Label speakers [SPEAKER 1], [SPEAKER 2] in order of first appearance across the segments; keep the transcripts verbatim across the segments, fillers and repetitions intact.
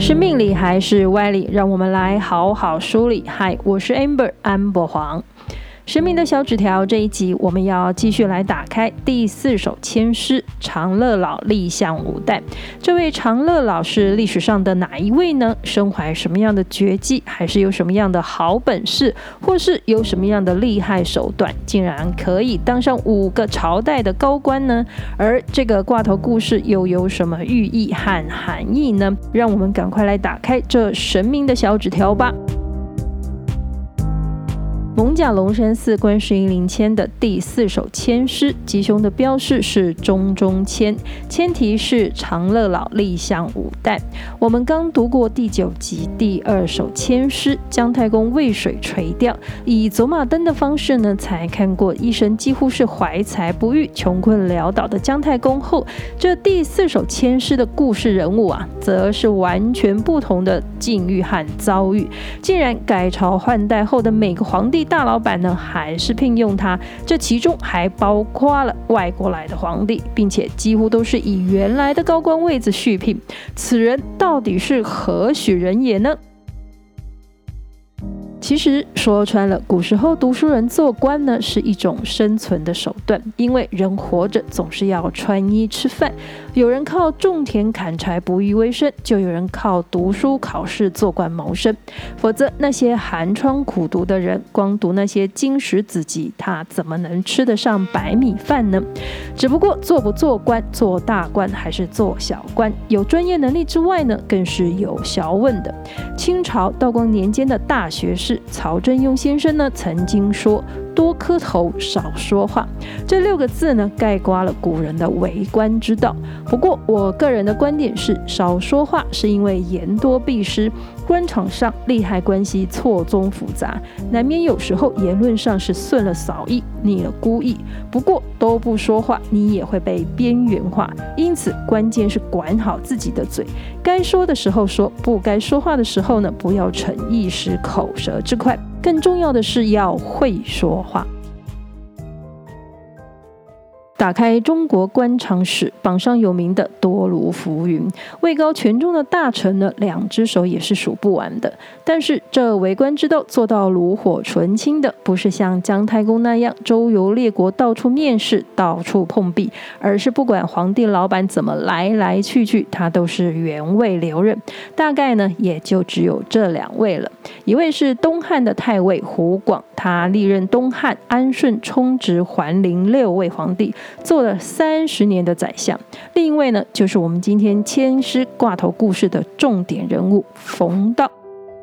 [SPEAKER 1] 是命理还是歪理？让我们来好好梳理。嗨，我是 Amber 安博黄。神明的小纸条这一集，我们要继续来打开第四首签诗长乐老立相五代。这位长乐老是历史上的哪一位呢？身怀什么样的绝技，还是有什么样的好本事，或是有什么样的厉害手段，竟然可以当上五个朝代的高官呢？而这个挂头故事又有什么寓意和含义呢？让我们赶快来打开这神明的小纸条吧。艋舺龙山寺观世音灵签的第四首签诗，吉凶的标示是中中签，签题是长乐老立相五代。我们刚读过第九集第二首签诗，姜太公渭水垂钓，以走马灯的方式呢，才看过一生几乎是怀才不遇、穷困潦倒的姜太公后，这第四首签诗的故事人物啊，则是完全不同的境遇和遭遇。竟然改朝换代后的每个皇帝大老板呢，还是聘用他，这其中还包括了外国来的皇帝，并且几乎都是以原来的高官位子续聘。此人到底是何许人也呢？其实说穿了，古时候读书人做官呢，是一种生存的手段，因为人活着总是要穿衣吃饭，有人靠种田砍柴不易为生，就有人靠读书考试做官谋生。否则那些寒窗苦读的人，光读那些经史子集，他怎么能吃得上白米饭呢？只不过做不做官，做大官还是做小官，有专业能力之外呢，更是有学问的。清朝道光年间的大学士曹真庸先生呢，曾经说多磕头少说话，这六个字呢，概括了古人的为官之道。不过我个人的观点是，少说话是因为言多必失，官场上利害关系错综复杂，难免有时候言论上是顺了扫意，逆了孤意。不过都不说话，你也会被边缘化，因此关键是管好自己的嘴，该说的时候说，不该说话的时候呢，不要逞一时口舌之快，更重要的是要会说话。打开中国官场史，榜上有名的多如浮云，位高权重的大臣呢，两只手也是数不完的。但是这为官之道做到炉火纯青的，不是像姜太公那样周游列国，到处面试，到处碰壁，而是不管皇帝老板怎么来来去去，他都是原位留任。大概呢，也就只有这两位了。一位是东汉的太尉胡广，他历任东汉、安顺、充直、桓灵六位皇帝，做了三十年的宰相。另一位呢，就是我们今天签诗挂头故事的重点人物冯道。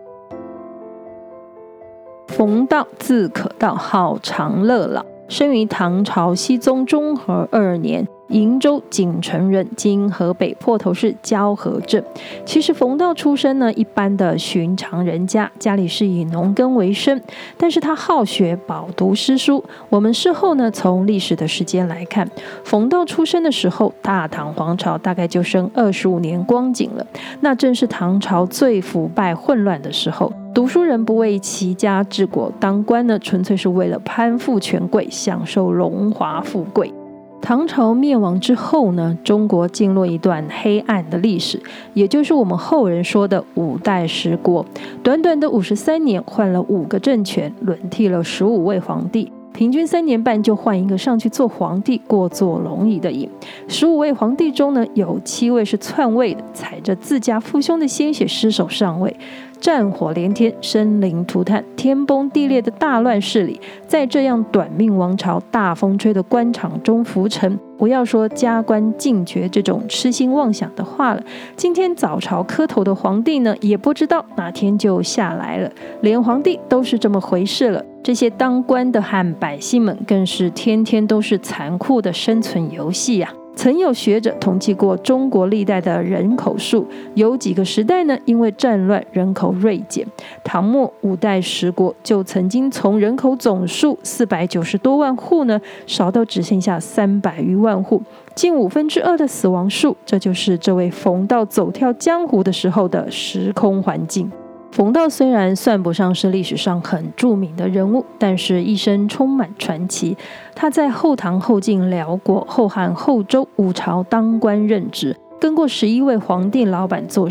[SPEAKER 1] 冯道字可道，号长乐老，生于唐朝熙宗中和二年，瀛州锦城人，今河北坡头市交河镇。其实冯道出身呢，一般的寻常人家，家里是以农耕为生，但是他好学，饱读诗书。我们事后呢，从历史的时间来看，冯道出生的时候，大唐皇朝大概就剩二十五年光景了，那正是唐朝最腐败混乱的时候。读书人不为齐家治国，当官呢，纯粹是为了攀附权贵，享受荣华富贵。唐朝灭亡之后呢，中国进入一段黑暗的历史，也就是我们后人说的五代十国。短短的五十三年，换了五个政权，轮替了十五位皇帝，平均三年半就换一个上去做皇帝，过坐龙椅的瘾。十五位皇帝中呢，有七位是篡位的，踩着自家父兄的鲜血失手上位。战火连天，生灵涂炭，天崩地裂的大乱世里，在这样短命王朝大风吹的官场中浮沉，不要说加官进爵这种痴心妄想的话了，今天早朝磕头的皇帝呢，也不知道哪天就下来了。连皇帝都是这么回事了，这些当官的和百姓们更是天天都是残酷的生存游戏啊。曾有学者统计过中国历代的人口数，有几个时代呢，因为战乱人口锐减。唐末五代十国就曾经从人口总数四百九十多万户呢，少到只剩下三百余万户，近五分之二的死亡数。这就是这位冯道走跳江湖的时候的时空环境。冯道虽然算不上是历史上很著名的人物，但是一生充满传奇。他在后唐、后晋、辽国、后汉、后周五朝当官任职，跟过十一位皇帝老板做事。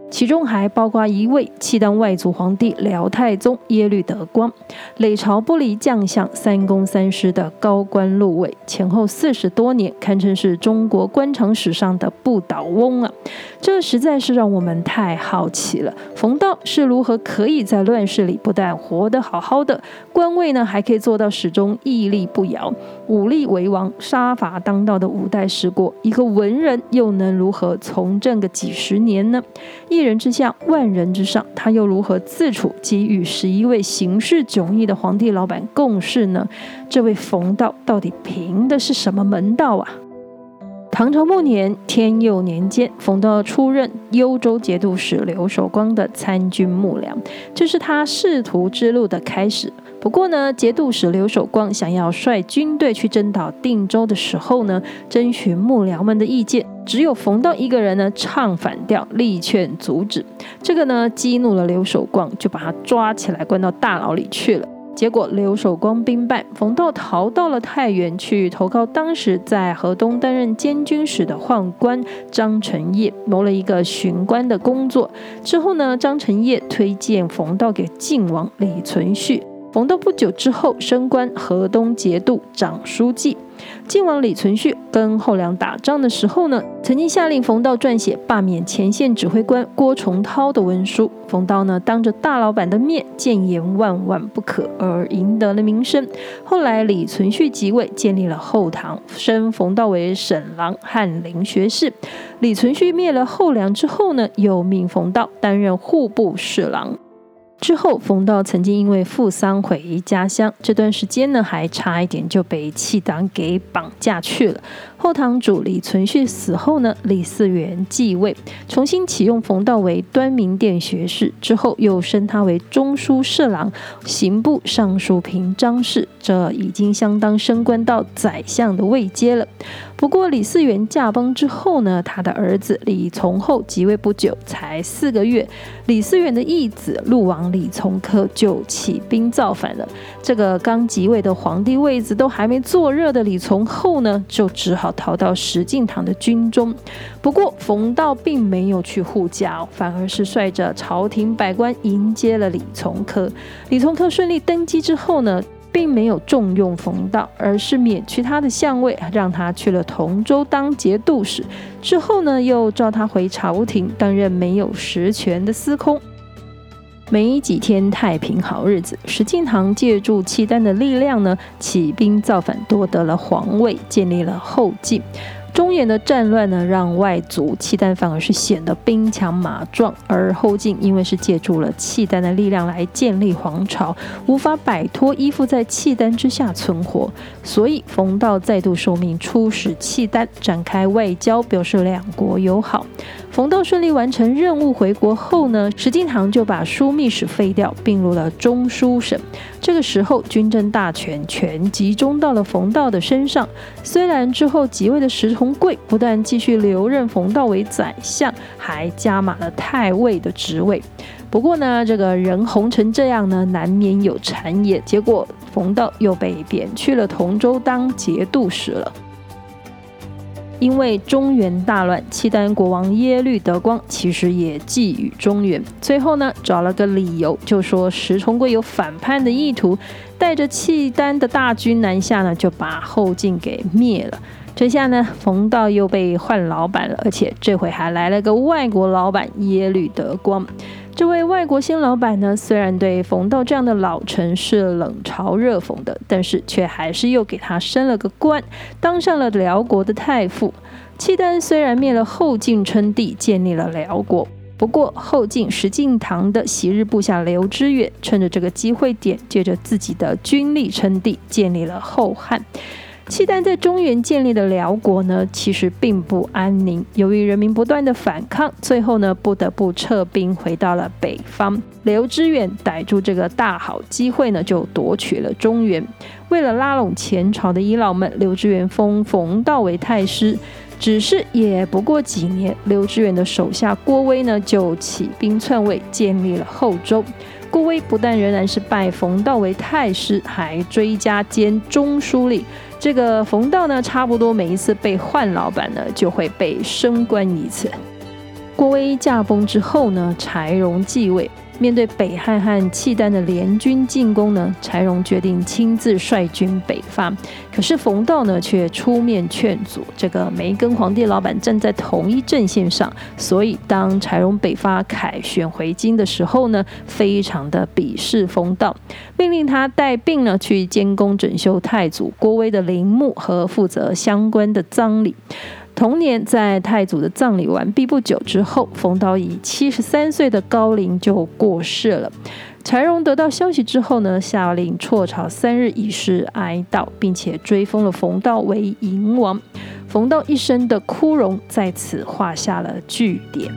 [SPEAKER 1] 其中还包括一位契丹外族皇帝辽太宗耶律德光，累朝不离将相三公三师的高官禄位，前后四十多年，堪称是中国官场史上的不倒翁啊！这实在是让我们太好奇了，冯道是如何可以在乱世里不但活得好好的，官位呢还可以做到始终屹立不摇，武力为王，杀伐当道的五代十国，一个文人又能如何从政个几十年呢？一人之下，万人之上，他又如何自处给予十一位行事迥异的皇帝老板共事呢？这位冯道到底凭的是什么门道啊？唐朝末年，天佑年间，冯道出任幽州节度使刘守光的参军幕僚，这是他仕途之路的开始。不过呢，节度使刘守光想要率军队去征讨定州的时候呢，征询幕僚们的意见，只有冯道一个人呢唱反调，力劝阻止。这个呢激怒了刘守光，就把他抓起来关到大牢里去了。结果刘守光兵败，冯道逃到了太原去投靠当时在河东担任监军使的宦官张承业，谋了一个巡官的工作。之后呢，张承业推荐冯道给晋王李存勖。冯道不久之后升官河东节度长书记。晋王李存勖跟后梁打仗的时候呢，曾经下令冯道撰写罢免前线指挥官郭崇韬的文书。冯道呢，当着大老板的面谏言万万不可，而赢得了名声。后来李存勖即位，建立了后唐，升冯道为省郎、翰林学士。李存勖灭了后梁之后呢，又命冯道担任户部侍郎。之后，冯道曾经因为负丧回家乡，这段时间呢，还差一点就被契丹给绑架去了。后唐主李存勖死后呢，李嗣源继位，重新启用冯道为端明殿学士，之后又升他为中书侍郎、刑部尚书平章事，这已经相当升官到宰相的位阶了。不过李嗣源驾崩之后呢，他的儿子李从厚即位不久，才四个月，李嗣源的义子陆王李从珂就起兵造反了。这个刚即位的皇帝位子都还没坐热的李从厚呢，就只好逃到石敬瑭的军中。不过冯道并没有去护驾，反而是率着朝廷百官迎接了李从珂。李从珂顺利登基之后呢，并没有重用冯道，而是免去他的相位，让他去了同州当节度使。之后呢，又召他回朝廷担任没有实权的司空。没几天太平好日子，石敬瑭借助契丹的力量呢，起兵造反，夺得了皇位，建立了后晋。中原的战乱呢，让外族契丹反而是显得兵强马壮，而后晋因为是借助了契丹的力量来建立皇朝，无法摆脱依附在契丹之下存活，所以冯道再度受命出使契丹，展开外交，表示两国友好。冯道顺利完成任务回国后呢，石敬瑭就把枢密使废掉，并入了中书省。这个时候，军政大权全集中到了冯道的身上。虽然之后即位的石重贵不但继续留任冯道为宰相，还加码了太尉的职位。不过呢，这个人红成这样呢，难免有谗言。结果冯道又被贬去了同州当节度使了。因为中原大乱，契丹国王耶律德光其实也觊觎中原，最后呢找了个理由，就说石重贵有反叛的意图，带着契丹的大军南下呢，就把后晋给灭了。这下呢，冯道又被换老板了，而且这回还来了个外国老板耶律德光。这位外国新老板呢，虽然对冯道这样的老臣是冷嘲热讽的，但是却还是又给他升了个官，当上了辽国的太傅。契丹虽然灭了后晋称帝，建立了辽国，不过后晋石敬瑭的昔日部下刘知远趁着这个机会点，借着自己的军力称帝，建立了后汉。契丹在中原建立的辽国呢，其实并不安宁。由于人民不断的反抗，最后呢，不得不撤兵回到了北方。刘知远逮住这个大好机会呢，就夺取了中原。为了拉拢前朝的遗老们，刘知远封冯道为太师。只是也不过几年，刘知远的手下郭威呢，就起兵篡位，建立了后周。郭威不但仍然是拜冯道为太师，还追加兼中书令。这个冯道呢，差不多每一次被换老板呢，就会被升官一次。 郭威驾崩之后呢，柴荣继位。面对北汉和契丹的联军进攻呢，柴荣决定亲自率军北伐。可是冯道呢却出面劝阻，这个没跟皇帝老板站在同一阵线上，所以当柴荣北伐凯旋回京的时候呢，非常的鄙视冯道，命令他带兵呢去监工整修太祖郭威的陵墓和负责相关的葬礼。同年，在太祖的葬礼完毕不久之后，冯道以七十三岁的高龄就过世了。柴荣得到消息之后呢，下令辍朝三日以示哀悼，并且追封了冯道为嬴王。冯道一生的枯荣在此画下了句点。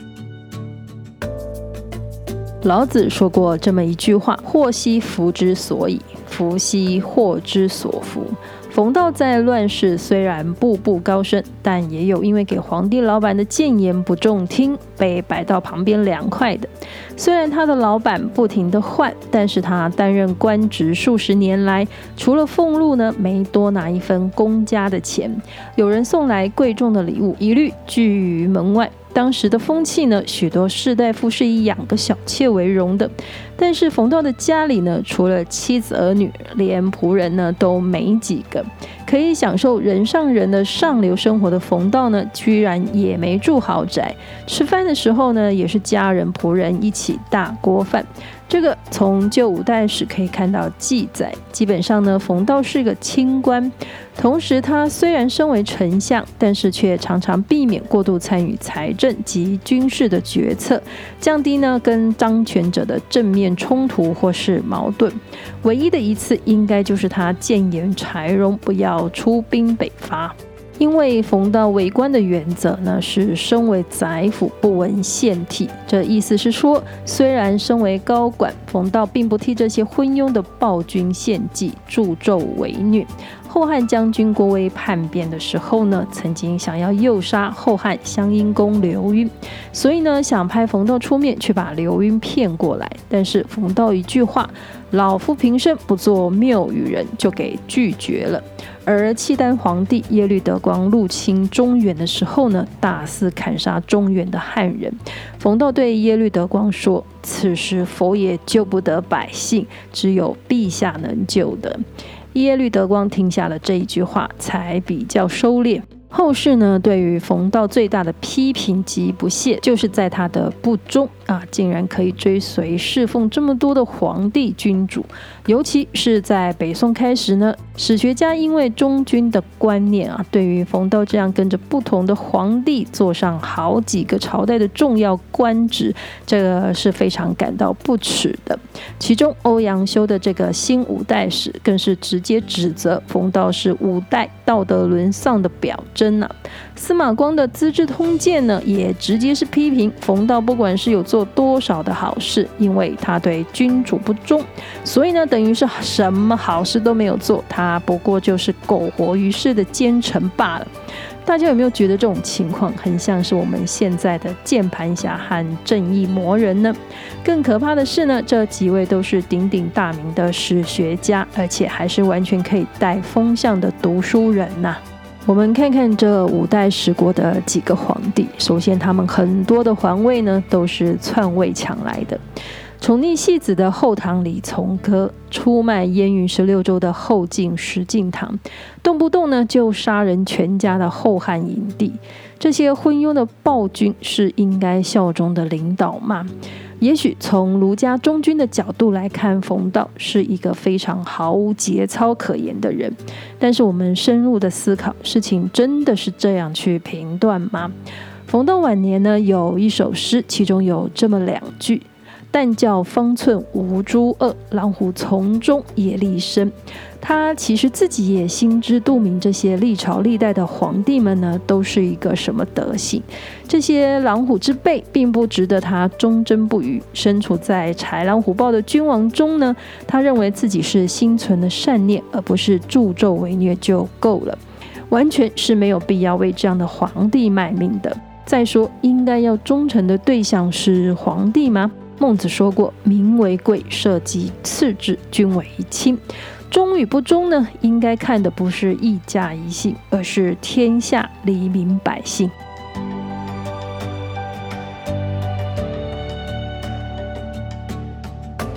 [SPEAKER 1] 老子说过这么一句话：祸兮福之所以，福兮祸之所伏。冯道在乱世虽然步步高升，但也有因为给皇帝老板的谏言不中听，被摆到旁边凉快的。虽然他的老板不停地换，但是他担任官职数十年来，除了俸禄呢，没多拿一分公家的钱。有人送来贵重的礼物，一律拒于门外。当时的风气呢，许多士大夫是以养个小妾为荣的，但是冯道的家里呢，除了妻子儿女，连仆人呢都没几个。可以享受人上人的上流生活的冯道呢，居然也没住豪宅，吃饭的时候呢，也是家人仆人一起大锅饭。这个从旧五代史可以看到记载，基本上呢，冯道是个清官，同时他虽然身为丞相，但是却常常避免过度参与财政及军事的决策，降低呢跟当权者的正面冲突或是矛盾。唯一的一次，应该就是他谏言柴荣不要出兵北伐。因为冯道为官的原则呢是身为宰辅不闻献替，这意思是说，虽然身为高管，冯道并不替这些昏庸的暴君献计，助纣为虐。后汉将军郭威叛变的时候呢，曾经想要诱杀后汉襄阴公刘赟，所以呢想派冯道出面去把刘赟骗过来，但是冯道一句话老夫平生不做谬语人，就给拒绝了。而契丹皇帝耶律德光入侵中原的时候呢，大肆砍杀中原的汉人。冯道对耶律德光说：“此时佛也救不得百姓，只有陛下能救的。”耶律德光听下了这一句话，才比较收敛。后世呢，对于冯道最大的批评及不屑，就是在他的不忠啊，竟然可以追随侍奉这么多的皇帝君主。尤其是在北宋开始呢，史学家因为忠君的观念啊，对于冯道这样跟着不同的皇帝坐上好几个朝代的重要官职，这个是非常感到不耻的。其中欧阳修的这个《新五代史》更是直接指责冯道是五代道德沦丧的表征啊。司马光的《资治通鉴》呢，也直接是批评冯道不管是有做多少的好事，因为他对君主不忠，所以呢，等于是什么好事都没有做，他不过就是苟活于世的奸臣罢了。大家有没有觉得这种情况很像是我们现在的键盘侠和正义魔人呢？更可怕的是呢，这几位都是鼎鼎大名的史学家，而且还是完全可以带风向的读书人呐、啊。我们看看这五代十国的几个皇帝，首先他们很多的皇位呢都是篡位抢来的。宠溺戏子的后唐李从珂，出卖燕云十六州的后晋石敬瑭，动不动呢就杀人全家的后汉嬴帝，这些昏庸的暴君是应该效忠的领导吗？也许从儒家忠君的角度来看，冯道是一个非常毫无节操可言的人，但是我们深入的思考，事情真的是这样去评断吗？冯道晚年呢有一首诗，其中有这么两句：但教方寸无诸恶，狼虎从中也立身。他其实自己也心知肚明，这些历朝历代的皇帝们呢，都是一个什么德行。这些狼虎之辈并不值得他忠贞不渝。身处在豺狼虎豹的君王中呢，他认为自己是心存的善念，而不是助纣为虐就够了，完全是没有必要为这样的皇帝卖命的。再说，应该要忠诚的对象是皇帝吗？孟子说过：“民为贵，社稷次之，君为轻。”忠与不忠呢，应该看的不是一家一姓，而是天下黎民百姓。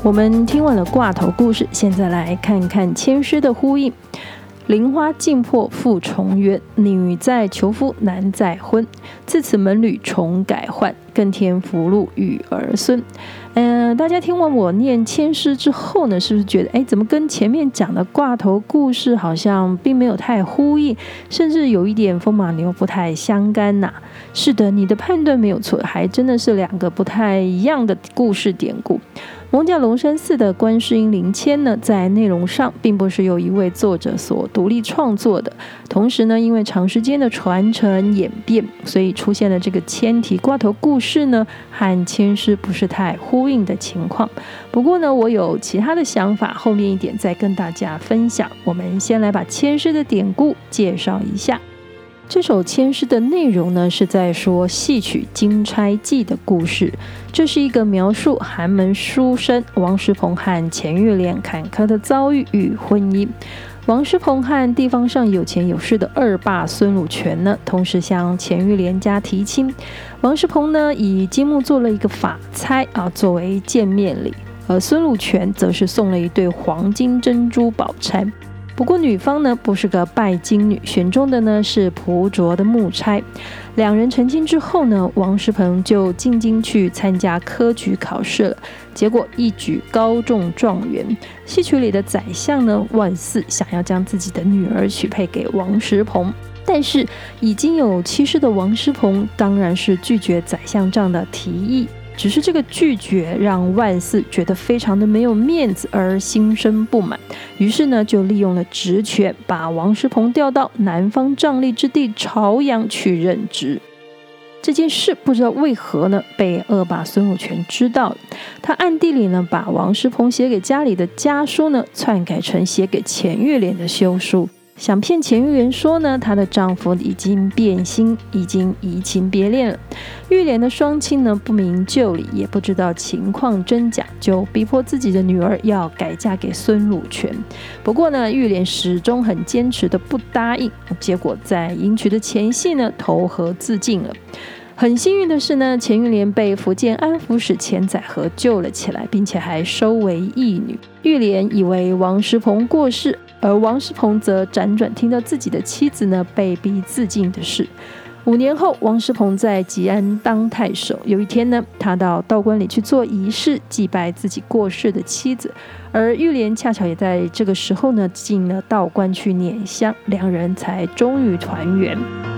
[SPEAKER 1] 我们听完了挂头故事，现在来看看签诗的呼应。菱花尽破复重圆，女在求夫男在婚，自此门履重改换，更添福禄与儿孙。嗯，大家听完我念签诗之后呢，是不是觉得哎，怎么跟前面讲的挂头故事好像并没有太呼应，甚至有一点风马牛不太相干呐、啊？是的，你的判断没有错，还真的是两个不太一样的故事典故。艋舺龙山寺的观世音灵签呢，在内容上并不是由一位作者所独立创作的，同时呢，因为长时间的传承演变，所以出现了这个签题挂头故事呢，和签诗不是太呼应的情况。不过呢，我有其他的想法，后面一点再跟大家分享。我们先来把签诗的典故介绍一下。这首签诗的内容呢，是在说戏曲《金钗记》的故事。这是一个描述寒门书生王石鹏和钱玉莲坎坷的遭遇与婚姻。王石鹏和地方上有钱有势的二爸孙鲁权呢，同时向钱玉莲家提亲。王石鹏呢，以金木做了一个发钗啊，作为见面礼，而孙鲁权则是送了一对黄金珍珠宝钗。不过女方呢不是个拜金女，选中的呢是朴拙的木钗。两人成亲之后呢，王石鹏就进京去参加科举考试了，结果一举高中状元。戏曲里的宰相呢万四想要将自己的女儿许配给王石鹏，但是已经有妻室的王石鹏当然是拒绝宰相这样的提议。只是这个拒绝让万四觉得非常的没有面子，而心生不满，于是呢就利用了职权，把王石鹏调到南方瘴疠之地朝阳去任职。这件事不知道为何呢被二爸孙武权知道了，他暗地里呢把王石鹏写给家里的家书呢篡改成写给钱玉莲的休书，想骗钱玉莲说呢，她的丈夫已经变心，已经移情别恋了。玉莲的双亲呢不明就里，也不知道情况真假，就逼迫自己的女儿要改嫁给孙鲁权。不过呢，玉莲始终很坚持的不答应，结果在迎娶的前夕呢，投河自尽了。很幸运的是呢，钱玉莲被福建安抚使钱载和救了起来，并且还收为义女。玉莲以为王石鹏过世，而王石鹏则辗转听到自己的妻子呢被逼自尽的事。五年后，王石鹏在吉安当太守。有一天呢，他到道观里去做仪式，祭拜自己过世的妻子，而玉莲恰巧也在这个时候呢进了道观去拈香，两人才终于团圆。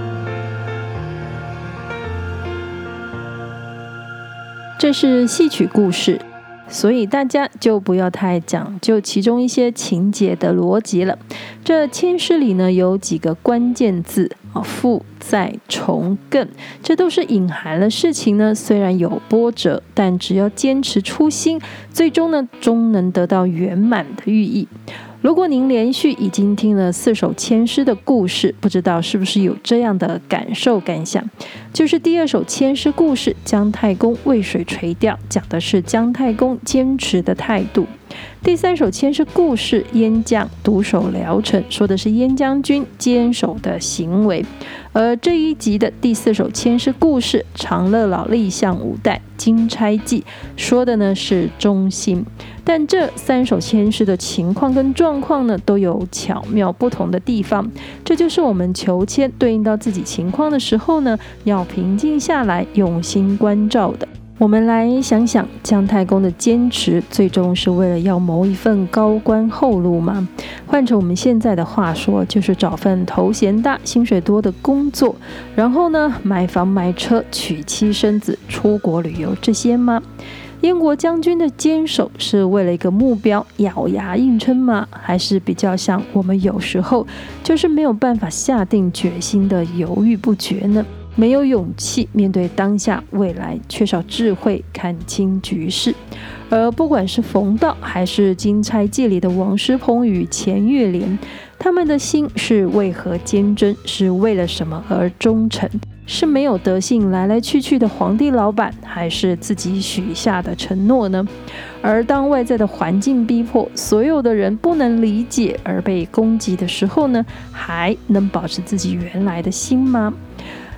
[SPEAKER 1] 这是戏曲故事，所以大家就不要太讲究其中一些情节的逻辑了。这签诗里呢有几个关键字啊，复、在、重、艮，这都是隐含了事情呢虽然有波折，但只要坚持初心，最终呢终能得到圆满的寓意。如果您连续已经听了四首签诗的故事，不知道是不是有这样的感受感想，就是第二首签诗故事姜太公渭水垂钓，讲的是姜太公坚持的态度。第三首签诗故事燕将独守聊城，说的是燕将军坚守的行为。而这一集的第四首签诗故事长乐老立项五代金钗记，说的呢是忠心。但这三首签诗的情况跟状况呢都有巧妙不同的地方，这就是我们求签对应到自己情况的时候呢，要平静下来，用心关照的。我们来想想，姜太公的坚持最终是为了要谋一份高官厚禄吗？换成我们现在的话说，就是找份头衔大、薪水多的工作，然后呢买房买车、娶妻生子、出国旅游，这些吗？燕国将军的坚守是为了一个目标咬牙硬撑吗？还是比较像我们有时候就是没有办法下定决心的犹豫不决呢？没有勇气面对当下未来，缺少智慧看清局势。而不管是冯道还是金钗记里的王石鹏与钱玉莲，他们的心是为何坚贞，是为了什么而忠诚？是没有德性来来去去的皇帝老板，还是自己许下的承诺呢？而当外在的环境逼迫，所有的人不能理解而被攻击的时候呢，还能保持自己原来的心吗？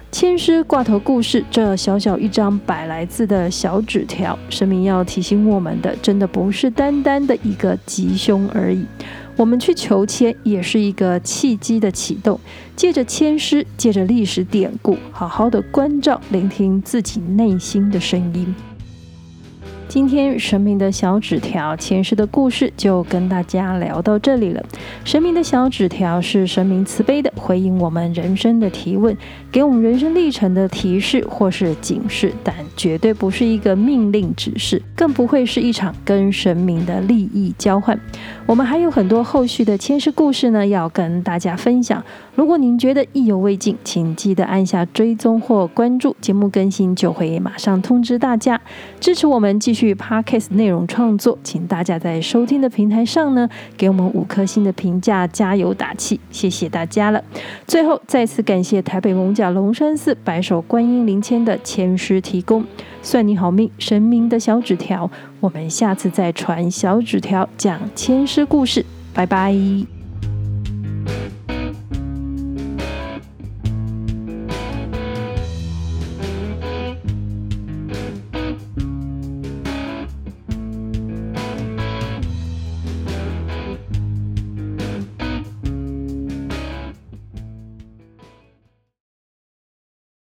[SPEAKER 1] 签诗挂头故事，这小小一张百来字的小纸条，神明要提醒我们的，真的不是单单的一个吉凶而已。我们去求签，也是一个契机的启动，借着签诗，借着历史典故，好好的关照，聆听自己内心的声音。今天神明的小纸条签诗的故事就跟大家聊到这里了。神明的小纸条是神明慈悲的回应我们人生的提问，给我们人生历程的提示或是警示，但绝对不是一个命令指示，更不会是一场跟神明的利益交换。我们还有很多后续的签诗故事呢，要跟大家分享。如果您觉得意犹未尽，请记得按下追踪或关注，节目更新就会马上通知大家。支持我们继续 Podcast 内容创作，请大家在收听的平台上呢，给我们五颗星的评价，加油打气，谢谢大家了。最后再次感谢台北艋舺龙山寺白手观音灵签的签诗提供，算你好命，神明的小纸条，我们下次再传小纸条讲签诗故事，拜拜。